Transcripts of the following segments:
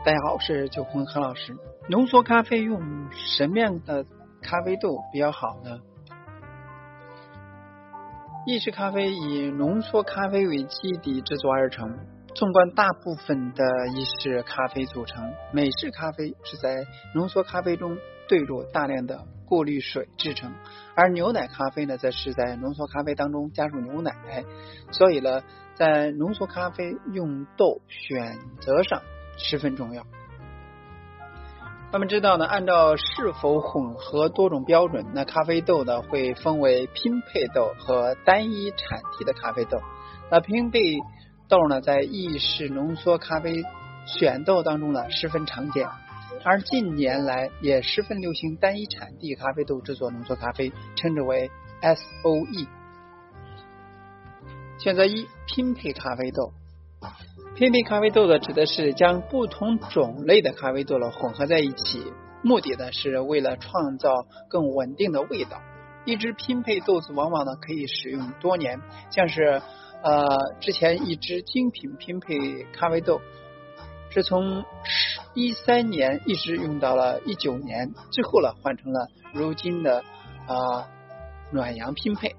大家好，我是九坤何老师。浓缩咖啡用什么样的咖啡豆比较好呢？意式咖啡以浓缩咖啡为基底制作而成，纵观大部分的意式咖啡组成，美式咖啡是在浓缩咖啡中兑入大量的过滤水制成，而牛奶咖啡呢，则是在浓缩咖啡当中加入牛奶，所以呢，在浓缩咖啡用豆选择上十分重要。我们知道呢，按照是否混合多种标准，那咖啡豆呢会分为拼配豆和单一产地的咖啡豆。那拼配豆呢，在意式浓缩咖啡选豆当中呢十分常见，而近年来也十分流行单一产地咖啡豆制作浓缩咖啡，称之为 SOE。 选择一，拼配咖啡豆。拼配咖啡豆的指的是将不同种类的咖啡豆混合在一起，目的呢是为了创造更稳定的味道。一支拼配豆子往往呢可以使用多年，像是之前一支精品拼配咖啡豆是从13年一直用到了19年，之后呢换成了如今的暖阳拼配。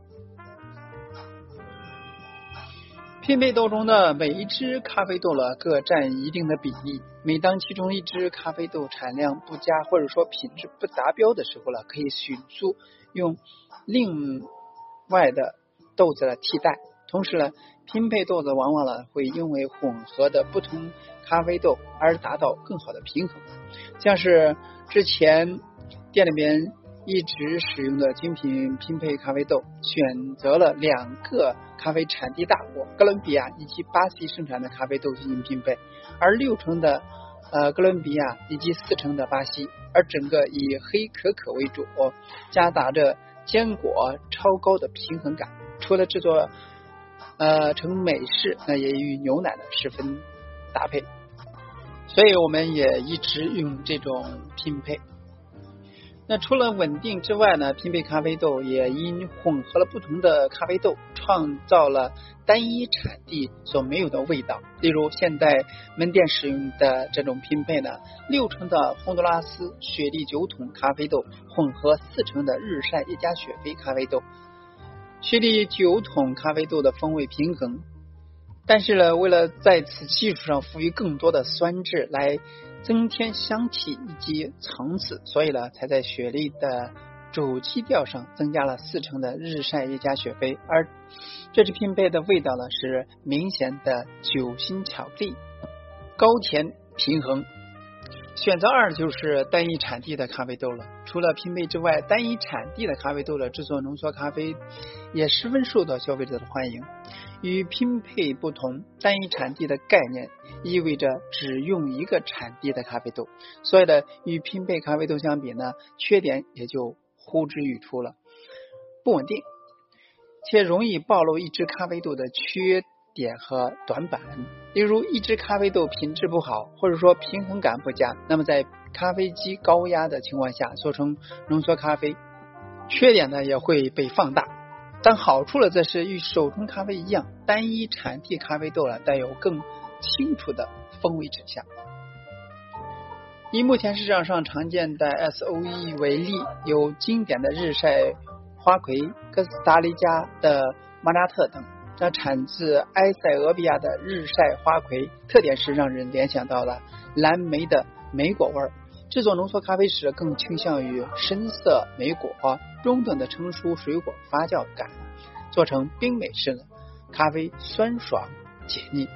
拼配豆中的每一支咖啡豆各占一定的比例，每当其中一支咖啡豆产量不佳或者说品质不达标的时候可以迅速用另外的豆子来替代。同时呢，拼配豆子往往会因为混合的不同咖啡豆而达到更好的平衡，像是之前店里面一直使用的精品拼配咖啡豆，选择了2个咖啡产地大国哥伦比亚以及巴西生产的咖啡豆进行拼配，而6成的哥伦比亚以及4成的巴西，而整个以黑可可为主，夹杂着坚果超高的平衡感。除了制作成美式，那也与牛奶的十分搭配，所以我们也一直用这种拼配。那除了稳定之外呢，拼配咖啡豆也因混合了不同的咖啡豆，创造了单一产地所没有的味道。例如现在门店使用的这种拼配呢，6成的洪都拉斯雪莉酒桶咖啡豆混合4成的日晒耶加雪菲咖啡豆。雪莉酒桶咖啡豆的风味平衡，但是呢，为了在此基础上赋予更多的酸质来增添香气以及层次，所以呢，才在雪莉的主基调上增加了4成的日晒耶加雪菲，而这支拼配的味道呢是明显的酒心巧克力，高甜平衡。选择2就是单一产地的咖啡豆了。除了拼配之外，单一产地的咖啡豆的制作浓缩咖啡也十分受到消费者的欢迎。与拼配不同，单一产地的概念意味着只用一个产地的咖啡豆，所以呢，与拼配咖啡豆相比呢，缺点也就呼之欲出了。不稳定，且容易暴露一支咖啡豆的缺点和短板。例如一支咖啡豆品质不好，或者说平衡感不佳，那么在咖啡机高压的情况下做成浓缩咖啡，缺点呢也会被放大。但好处呢，则是与手冲咖啡一样，单一产地咖啡豆带有更清楚的风味指向。以目前市场上常见的 SOE 为例，有经典的日晒花魁、哥斯达黎加的马拉特等。这产自埃塞俄比亚的日晒花魁，特点是让人联想到了蓝莓的莓果味。制作浓缩咖啡时更倾向于深色莓果、中等的成熟水果发酵感，做成冰美式的咖啡酸爽解腻。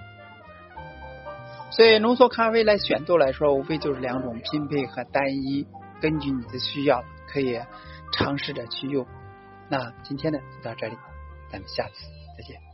所以浓缩咖啡来选豆来说，无非就是2种，拼配和单一，根据你的需要可以尝试着去用。那今天呢就到这里，咱们下次再见。